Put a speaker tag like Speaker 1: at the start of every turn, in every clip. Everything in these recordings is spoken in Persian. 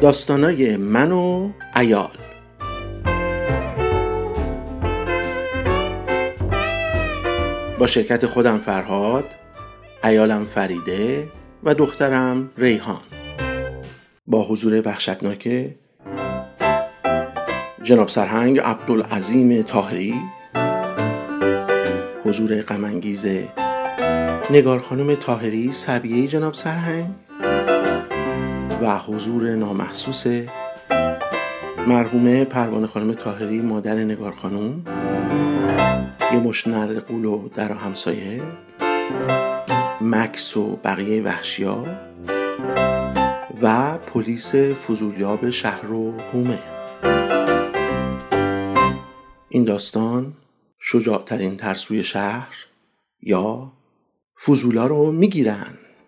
Speaker 1: داستانای من و عیال. با شرکت خودم فرهاد، عیالم فریده و دخترم ریحان. با حضور وحشتناک جناب سرهنگ عبدالعظیم طاهری، حضور غم‌انگیز نگار خانم طاهری سبیه‌ای جناب سرهنگ و حضور نامحسوس مرحومه پروانه خانم طاهری مادر نگار خانم، یه مشت نره قول و در همسایه، مکس و بقیه وحشیا و پلیس فضولیاب شهر و هومه. این داستان شجاعترین ترسوی شهر یا فضولا رو میگیرن.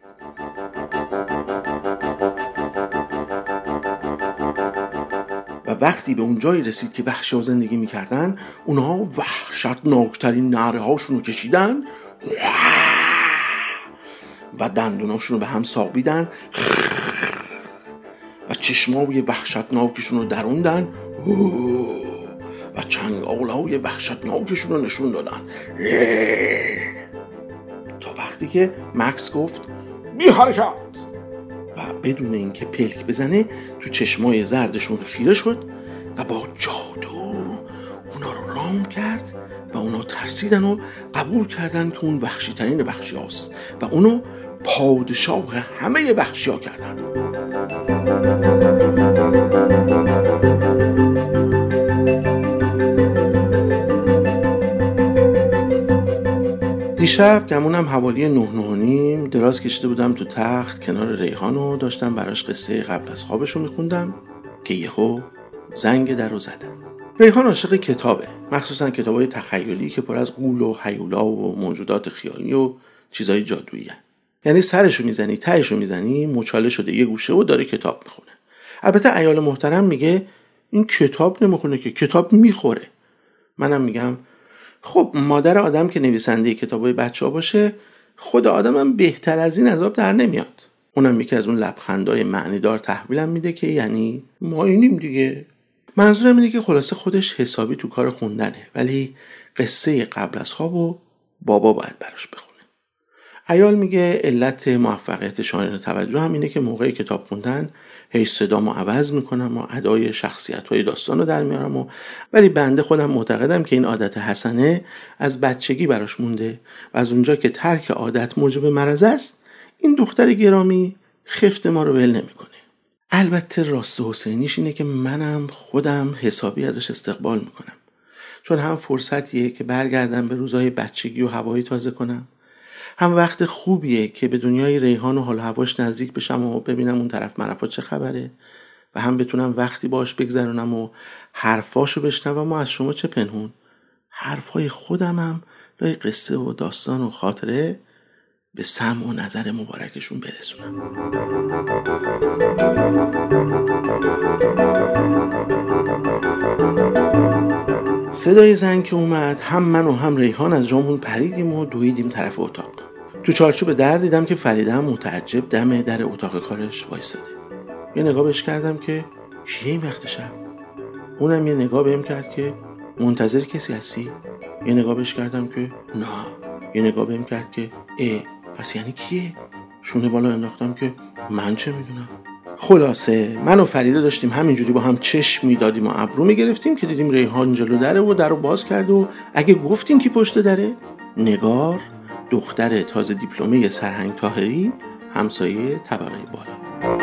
Speaker 1: و وقتی به اون جایی رسید که وحشی‌ها زندگی میکردن، اونها وحشتناکترین نعره هاشون رو کشیدن و دندوناشون رو به هم سابیدن و چشمای وحشتناکشون رو دروندن و چنگالهای وحشتناکشون رو نشون دادن تا وقتی که مکس گفت بی حرکت و بدون اینکه پلک بزنه تو چشمای زردشون خیره شد و با جادو اونا رو رام کرد و اونا ترسیدن و قبول کردن که اون وحشی ترین وحشی هاست و اونو پادشاه همه وحشی ها کردن. دیشب گمونم حوالی 9:30 دراز کشیده بودم تو تخت کنار ریحان و داشتم براش قصه قبل از خوابشو میخوندم که یهو زنگ در رو زدم. ریحان عاشق کتابه، مخصوصا کتابای تخیلی که پر از غول و هیولا و موجودات خیالی و چیزای جادویی هن. یعنی سرشو میزنی تهشو میزنی مچاله شده یه گوشه و داره کتاب میخونه. البته عیال محترم میگه این کتاب نمیخونه که کتاب میخوره. منم میگم خب مادر آدم که نویسنده کتابای بچه‌ها باشه، خود آدمم بهتر از این عذاب در نمیاد. اونم یکی از اون لبخندای معنیدار تحویلم میده که یعنی ما اینیم دیگه. منظورم اینه که خلاصه خودش حسابی تو کار خوندنه، ولی قصه قبل از خوابو بابا باید براش بخونه. عیال میگه علت موفقیت شایان توجه هم اینه که موقع کتاب خوندن هی صدامو عوض میکنم و ادای شخصیت‌های داستان رو در میارم ولی بنده خودم معتقدم که این عادت حسنه از بچگی براش مونده و از اونجا که ترک عادت موجب مرض است، این دختر گرامی خفت ما رو ول نمیکنه. البته راست حسینیش اینه که منم خودم حسابی ازش استقبال میکنم، چون هم فرصتیه که برگردم به روزهای بچگی و هوایی تازه کنم، هم وقت خوبیه که به دنیای ریحان و حال هواش نزدیک بشم و ببینم اون طرف مرفا چه خبره و هم بتونم وقتی باش بگذرونم و حرفاشو بشنوم و از شما چه پنهون حرفای خودمم رای قصه و داستان و خاطره به سمع و نظر مبارکشون برسونم. صدای زنگ که اومد، هم من و هم ریحان از جامون پریدیم و دویدیم طرف اتاق. تو چارچوب در دیدم که فریده هم متعجب دم در اتاق کارش وایساده. یه نگاه بهش کردم که کیه این وقت شب؟ اونم یه نگاه بهم کرد که منتظر کسی هستی؟ یه نگاه بهش کردم که نه. یه نگاه بهم کرد که پس یعنی کیه؟ شونه بالا انداختم که من چه میدونم. خلاصه من و فریده داشتیم همینجوری با هم چشم میدادیم و ابرو میگرفتیم که دیدیم ریحان جلو دره و درو باز کرد و اگه گفتیم کی پشت دره؟ نگار، دختر تازه دیپلمه سرهنگ طاهری، همسایه طبقه بالا.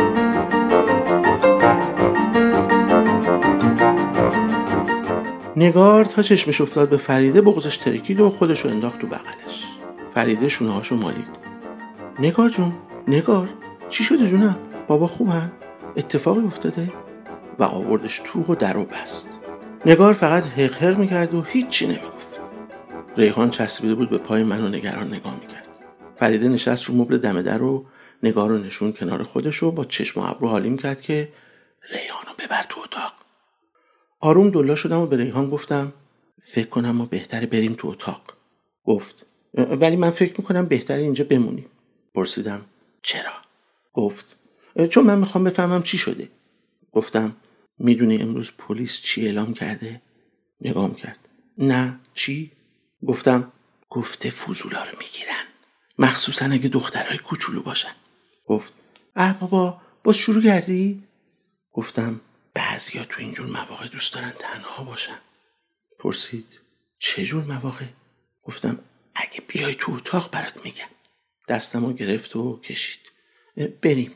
Speaker 1: نگار تا چشمش افتاد به فریده بغضش ترکید و خودشو انداخت تو بغلش. فریده شونه هاشو مالید. نگار جون، نگار چی شده جونم؟ بابا خوبن؟ اتفاقی افتاده؟ و آوردش تو و درو بست. نگار فقط حق حق میکرد و هیچی نمیگفت. ریحان چسبیده بود به پای من و نگران نگاه میکرد. فریده نشست رو مبل دم در و نگار رو نشون کنار خودش و با چشم و ابرو حالیم کرد که ریحانو ببر تو اتاق. آروم دلا شدم و به ریحان گفتم فکر کنم ما بهتره بریم تو اتاق. گفت ولی من فکر میکنم بهتره اینجا بمونیم. پرسیدم چرا؟ گفت چون من میخوام بفهمم چی شده. گفتم میدونی امروز پلیس چی اعلام کرده؟ نگام کرد. نه چی؟ گفتم گفته فضولا رو میگیرن، مخصوصا اگه دخترای کوچولو باشن. گفت بابا باز شروع کردی؟ گفتم بعضیا تو اینجور مواقع دوست دارن تنها باشن. پرسید چه جور مواقع؟ گفتم اگه بیای تو اتاق برات میگم. دستمو گرفت و کشید. بریم.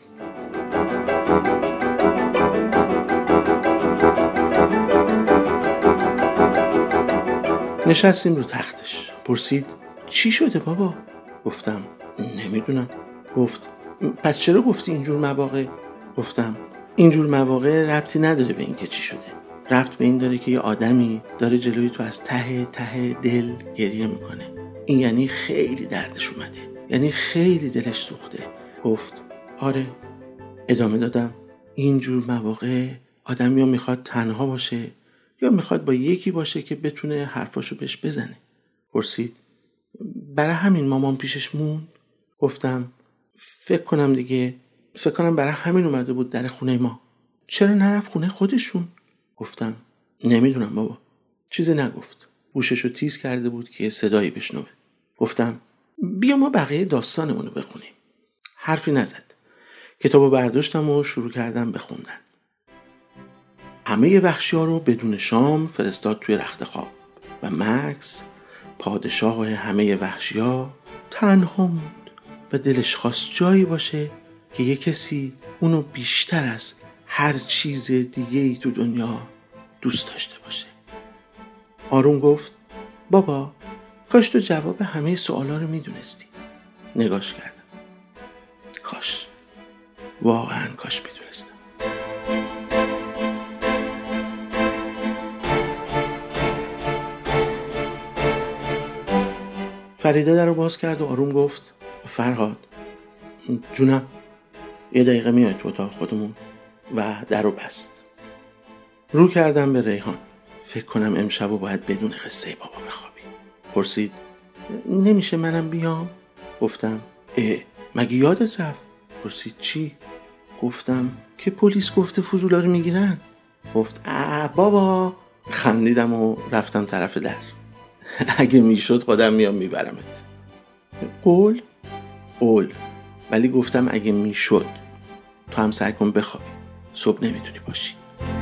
Speaker 1: نشستیم رو تختش. پرسید چی شده بابا؟ گفتم نمیدونم. گفت پس چرا گفتی اینجور مواقع؟ گفتم اینجور مواقع ربطی نداره به این که چی شده. ربط به این داره که یه آدمی داره جلوی تو از ته دل گریه میکنه. این یعنی خیلی دردش اومده، یعنی خیلی دلش سوخته. گفت آره. ادامه دادم اینجور مواقع آدم یا میخواد تنها باشه یا میخواد با یکی باشه که بتونه حرفاشو بهش بزنه. پرسید برای همین مامان پیشش موند؟ گفتم فکر کنم برای همین اومده بود در خونه ما. چرا نرفت خونه خودشون؟ گفتم نمیدونم بابا. چیزی نگفت. گوششو تیز کرده بود که صدایی بشنوه. گفتم بیا ما بقیه داستانمونو بخونیم. حرفی نزد. کتابو برداشتم و شروع کردم بخوندن. همه وحشی‌ها رو بدون شام فرستاد توی رخت خواب و مکس پادشاه همه وحشی‌ها تنها موند و دلش خواست جایی باشه که یه کسی اونو بیشتر از هر چیز دیگه‌ای تو دنیا دوست داشته باشه. آروم گفت بابا کاش تو جواب همه سوالا رو میدونستی. نگاش کردم. کاش، واقعا کاش میدونستم. فریده در رو باز کرد و آروم گفت فرهاد جونم. یه دقیقه میای تو اتاق خودمون؟ و در رو بست. رو کردم به ریحان. فکر کنم امشبو باید بدون قصه بابا بخوابی. پرسید نمیشه منم بیام؟ گفتم مگه یادت رفت؟ پرسید چی؟ گفتم که پلیس گفته فضولا رو میگیرن. گفت بابا. خندیدم و رفتم طرف در. اگه میشد خودم میام میبرمت. قول؟ ولی گفتم اگه میشد. تو هم سعی کن بخوابی، صبح نمیتونی باشی.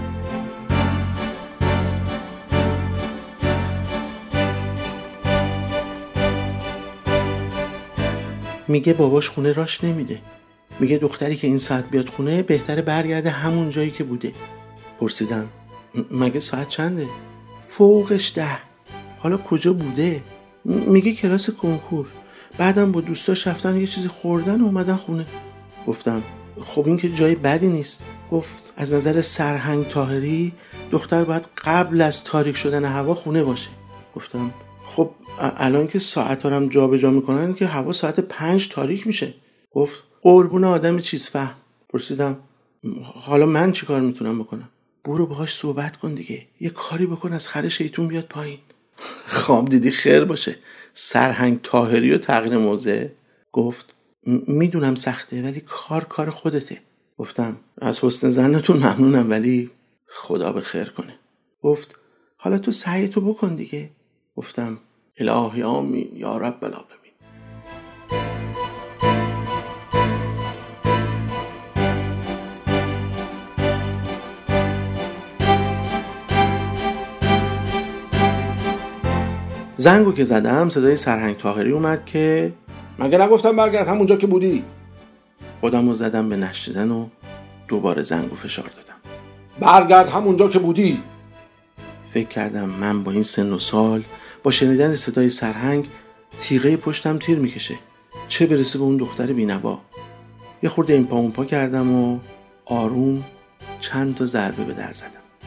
Speaker 1: میگه باباش خونه راش نمیده. میگه دختری که این ساعت بیاد خونه بهتره برگرده همون جایی که بوده. پرسیدم مگه ساعت چنده؟ فوقش 10. حالا کجا بوده؟ میگه کلاس کنکور. بعدم با دوستاش رفتن یه چیزی خوردن و اومدن خونه. گفتم خب این که جای بدی نیست. گفت از نظر سرهنگ طاهری دختر باید قبل از تاریک شدن هوا خونه باشه. گفتم خب الان که ساعت هارم جا به جا میکنن که هوا ساعت 5 تاریک میشه. گفت قربون آدم چیز فهم. پرسیدم حالا من چی کار میتونم بکنم؟ برو باهاش صحبت کن دیگه، یه کاری بکن از خر شیطون بیاد پایین. خواب دیدی خیر باشه. سرهنگ طاهری و تغییر موضع. گفت میدونم سخته ولی کار خودته. گفتم از حسن ظنتون ممنونم ولی خدا به خیر کنه. گفت حالا تو سعی تو بکن دیگه. گفتم الهی آمین یا رب العالمین. زنگو که زدم صدای سرهنگ طاهری اومد که مگه نگفتم برگرد همونجا که بودی؟ خودمو زدم به نشیدن و دوباره زنگو فشار دادم. برگرد همونجا که بودی. فکر کردم من با این سن و سال با شنیدن صدای سرهنگ تیغه پشتم تیر میکشه، چه برسه به اون دختر بی‌نوا. یه خورده این پا اون پا کردم و آروم چند تا ضربه به در زدم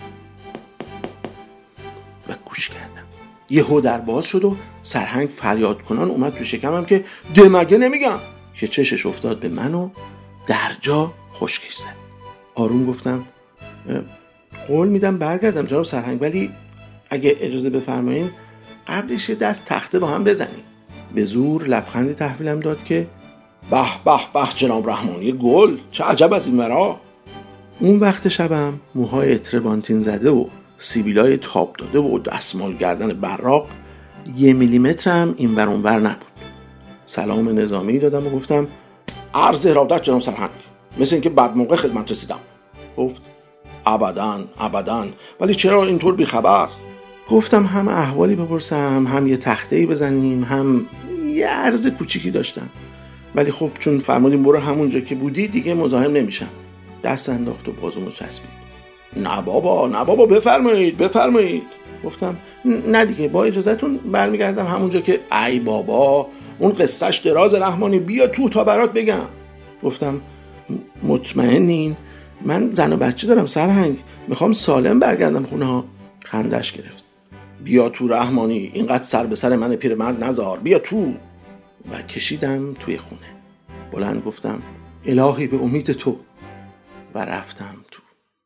Speaker 1: و گوش کردم. یهو در باز شد و سرهنگ فریاد کنان اومد تو شکمم که دمگه نمیگم، که چشش افتاد به من و در جا خشکش زد. آروم گفتم قول میدم برگردم جناب سرهنگ، ولی اگه اجازه بفرمایین قبلش دست تخته با هم بزنیم. به زور لبخندی تحویلم داد که به به به جناب رحمانی گل، چه عجب از این ورا. اون وقت شبم موهای تربانتین زده و سیبیلای تاب داده و دستمال گردن براق 1 میلیمتر هم این ور اون ور نبود. سلام نظامی دادم و گفتم عرض ارادت جناب سرهنگ، مثل اینکه بعد موقع خدمت رسیدم. گفت ابداً، ولی چرا اینطور بیخبر؟ گفتم هم احوالی بپرسم، هم یه تخته‌ای بزنیم، هم یه عرض کوچیکی داشتم، ولی خب چون فرمودین برو همونجا که بودی دیگه مزاحم نمیشم. دست انداخت و بازومو چسبید. نه بابا بفرمایید. گفتم نه دیگه، با اجازهتون برمیگردم همونجا که ای بابا اون قصهش دراز رحمانی، بیا تو تا برات بگم. گفتم مطمئنین؟ من زن و بچه دارم سرهنگ، میخوام سالم برگردم خونه ها. خندش گرفت. بیا تو رحمانی، اینقدر سر به سر من پیرمرد نذار، بیا تو. و کشیدم توی خونه. بلند گفتم الهی به امید تو، و رفتم تو.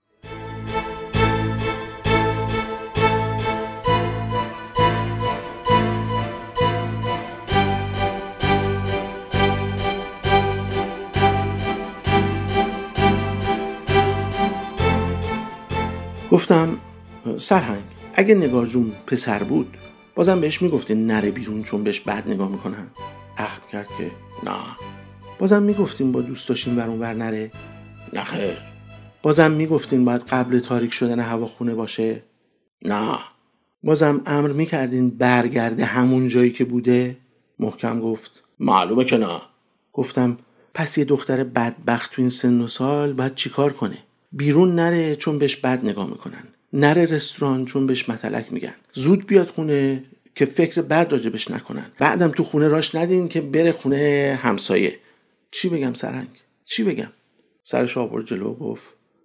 Speaker 1: گفتم سرهنگ اگه نگار جون پسر بود بازم بهش میگفتی نره بیرون چون بهش بد نگاه میکنن؟ اخم کرد که نه. بازم میگفتیم با دوست داشتیم ور ور نره؟ نه خیر. بازم میگفتیم باید قبل تاریک شدن هوا خونه باشه؟ نه. بازم امر میکردین برگرده همون جایی که بوده؟ محکم گفت معلومه که نه. گفتم پس یه دختر بدبخت تو این سن و سال باید چیکار کنه؟ بیرون نره چون بهش بد نگاه میکنن، نره رستوران چون بهش متلک میگن، زود بیاد خونه که فکر بد راجبش نکنن، بعدم تو خونه راش ندین که بره خونه همسایه. چی بگم سرهنگ؟ چی بگم؟ سرش آورد جلو گفت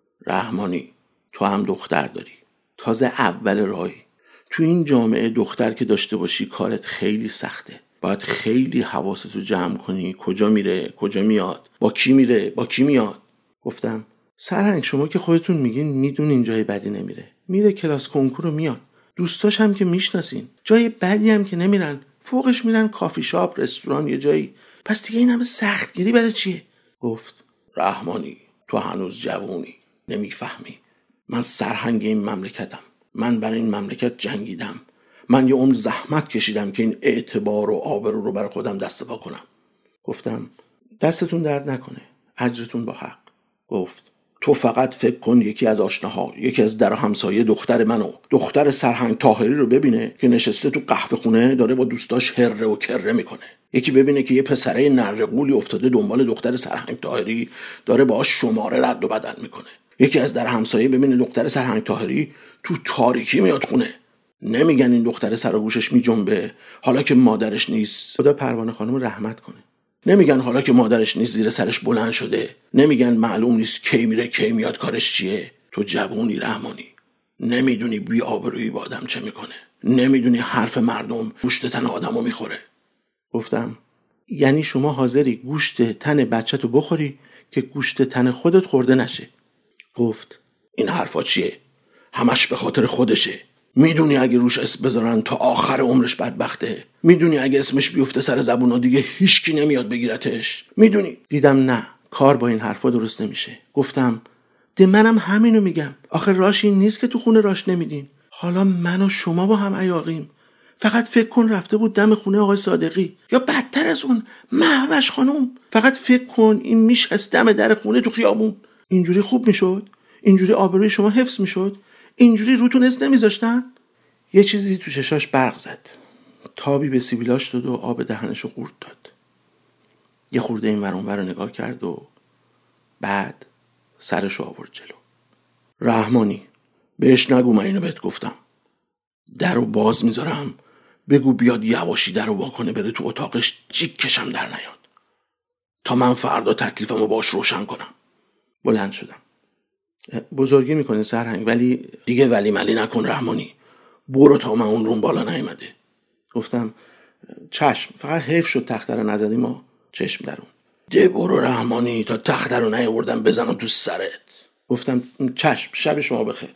Speaker 1: رحمانی تو هم دختر داری، تازه اول راهی. تو این جامعه دختر که داشته باشی کارت خیلی سخته، باید خیلی حواستو جمع کنی، کجا میره کجا میاد، با کی میره با کی میاد. گفتم سرهنگ شما که خودتون میگین میدونین جای بدی نمیره، میره کلاس کنکور رو میاد، دوستاش هم که میشناسین، جای بدی هم که نمیرن، فوقش میرن کافی شاپ رستوران یه جایی، پس دیگه این همه سختگیری برای چیه؟ گفت رحمانی تو هنوز جوونی، نمیفهمی. من سرهنگ این مملکتم، من برای این مملکت جنگیدم، من یه عمر زحمت کشیدم که این اعتبار و آبرو رو برای خودم دست پا کنم. گفتم دستتون درد نکنه، اجرتون با حق. گفت تو فقط فکر کن یکی از آشناها، یکی از در همسایه دختر منو، دختر سرهنگ طاهری رو ببینه که نشسته تو قهوه خونه داره با دوستاش هره و کره میکنه، یکی ببینه که یه پسره نرقولی افتاده دنبال دختر سرهنگ طاهری داره باهاش شماره رد و بدل میکنه، یکی از در همسایه ببینه دختر سرهنگ طاهری تو تاریکی میاد خونه. نمیگن این دختر سر و گوشش میجنبه حالا که مادرش نیست، خدا پروانه خانم رحمت کنه. نمیگن حالا که مادرش نیست زیر سرش بلند شده، نمیگن معلوم نیست کی میره کی میاد کارش چیه. تو جوونی رحمانی، نمیدونی بی آبرویی با آدم چه میکنه، نمیدونی حرف مردم گوشت تن آدمو میخوره. گفتم یعنی شما حاضری گوشت تن بچه‌تو بخوری که گوشت تن خودت خورده نشه؟ گفت این حرفا چیه؟ همش به خاطر خودشه. میدونی اگه روش اسم بذارن تا آخر عمرش بدبخته، میدونی اگه اسمش بیفته سر زبونا دیگه هیچکی نمیاد بگیرتش، میدونی. دیدم نه، کار با این حرفا درست نمیشه. گفتم ده منم همینو میگم، آخه راش این نیست که تو خونه راش نمیدین. حالا من و شما با هم عیاقیم. فقط فکر کن رفته بود دم خونه آقای صادقی، یا بدتر از اون مهوش خانم. فقط فکر کن این میشست دم در خونه تو خیابون. اینجوری خوب میشد؟ اینجوری آبروی شما حفظ میشد؟ اینجوری روتون اسم نمیذاشتن؟ یه چیزی تو چشاش برق زد، تابی به سیبیلاش داد و آب دهنشو قورت داد. یه خورده این ور اون ور رو نگاه کرد و بعد سرشو آورد جلو. رحمانی بهش نگو من اینو بهت گفتم، درو باز میذارم، بگو بیاد یواشی درو وا کنه بره تو اتاقش، جیک کشم در نیاد تا من فردا تکلیفمو باش روشن کنم. بلند شدم. بزرگی میکنه سرهنگ، ولی دیگه ولی ملی نکن رحمانی، برو تا من اون روم بالا نیامده. گفتم چشم، فقط حیف شد تخته رو نزدی ما. چشم درون. ده برو رحمانی تا تخته رو نیاوردم بزنم تو سرت. گفتم چشم، شب شما بخیر.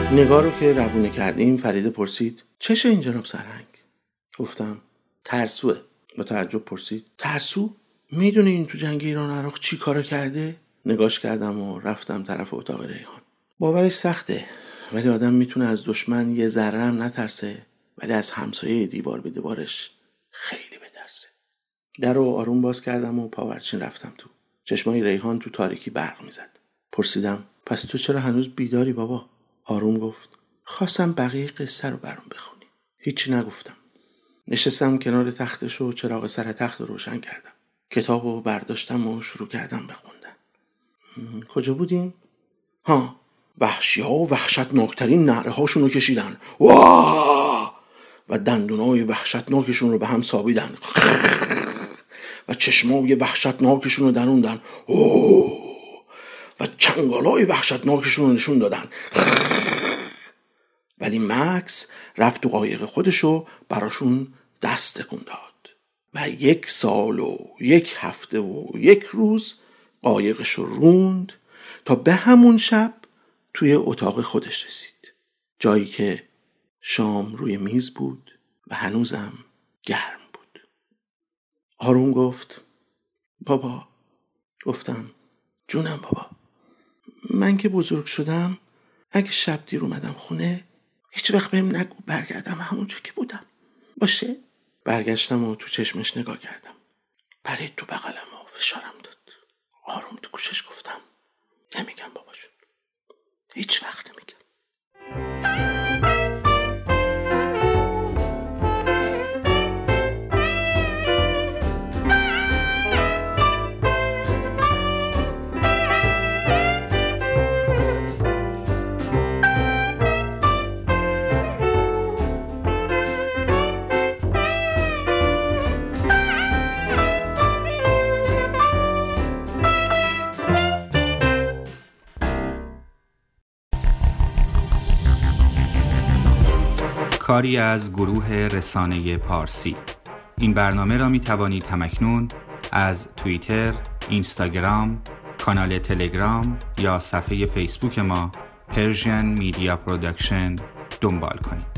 Speaker 1: نگاه رو که روونه کردیم فریده پرسید چشه این جناب سرهنگ؟ گفتم ترسوه. با تعجب پرسید ترسو؟ میدونی این تو جنگ ایران و عراق چی کارا کرده؟ نگاش کردم و رفتم طرف اتاق ریحان. باورش سخته، ولی آدم میتونه از دشمن یه ذره هم نترسه، ولی از همسایه دیوار به دیوارش خیلی بترسه. در رو آروم باز کردم و پاورچین رفتم تو. چشمای ریحان تو تاریکی برق میزد. پرسیدم پس تو چرا هنوز بیداری بابا؟ آروم گفت خواستم بقیه قصه رو برام بخونی. هیچی نگفتم. نشستم کنار تختش و چراغ سر تخت رو روشن کردم. کتابو برداشتم و شروع کردم بخوندن. کجا بودیم؟ وحشی‌ها و وحشتناکترین نعره هاشون رو کشیدن واه! و دندونای وحشتناکشون رو به هم سابیدن و چشمای وحشتناکشون رو دروندن و چنگالای وحشتناکشون رو نشون دادن. ولی مکس رفت تو قایق خودشو براشون دست تکون داد و 1 سال و 1 هفته و 1 روز قایقشو روند تا به همون شب توی اتاق خودش رسید، جایی که شام روی میز بود و هنوزم گرم بود. آروم گفت بابا. گفتم جونم بابا. من که بزرگ شدم اگه شب دیر اومدم خونه هیچ وقت بهم نگو برگردم همونجا که بودم باشه؟ برگشتم و تو چشمش نگاه کردم. پرید تو بغلم و فشارم داد. آروم تو گوشش گفتم نمیگم بابا جون، هیچ وقت نمیگم.
Speaker 2: کاری از گروه رسانه پارسی. این برنامه را می توانید همکنون از توییتر، اینستاگرام، کانال تلگرام یا صفحه فیسبوک ما Persian Media Production دنبال کنید.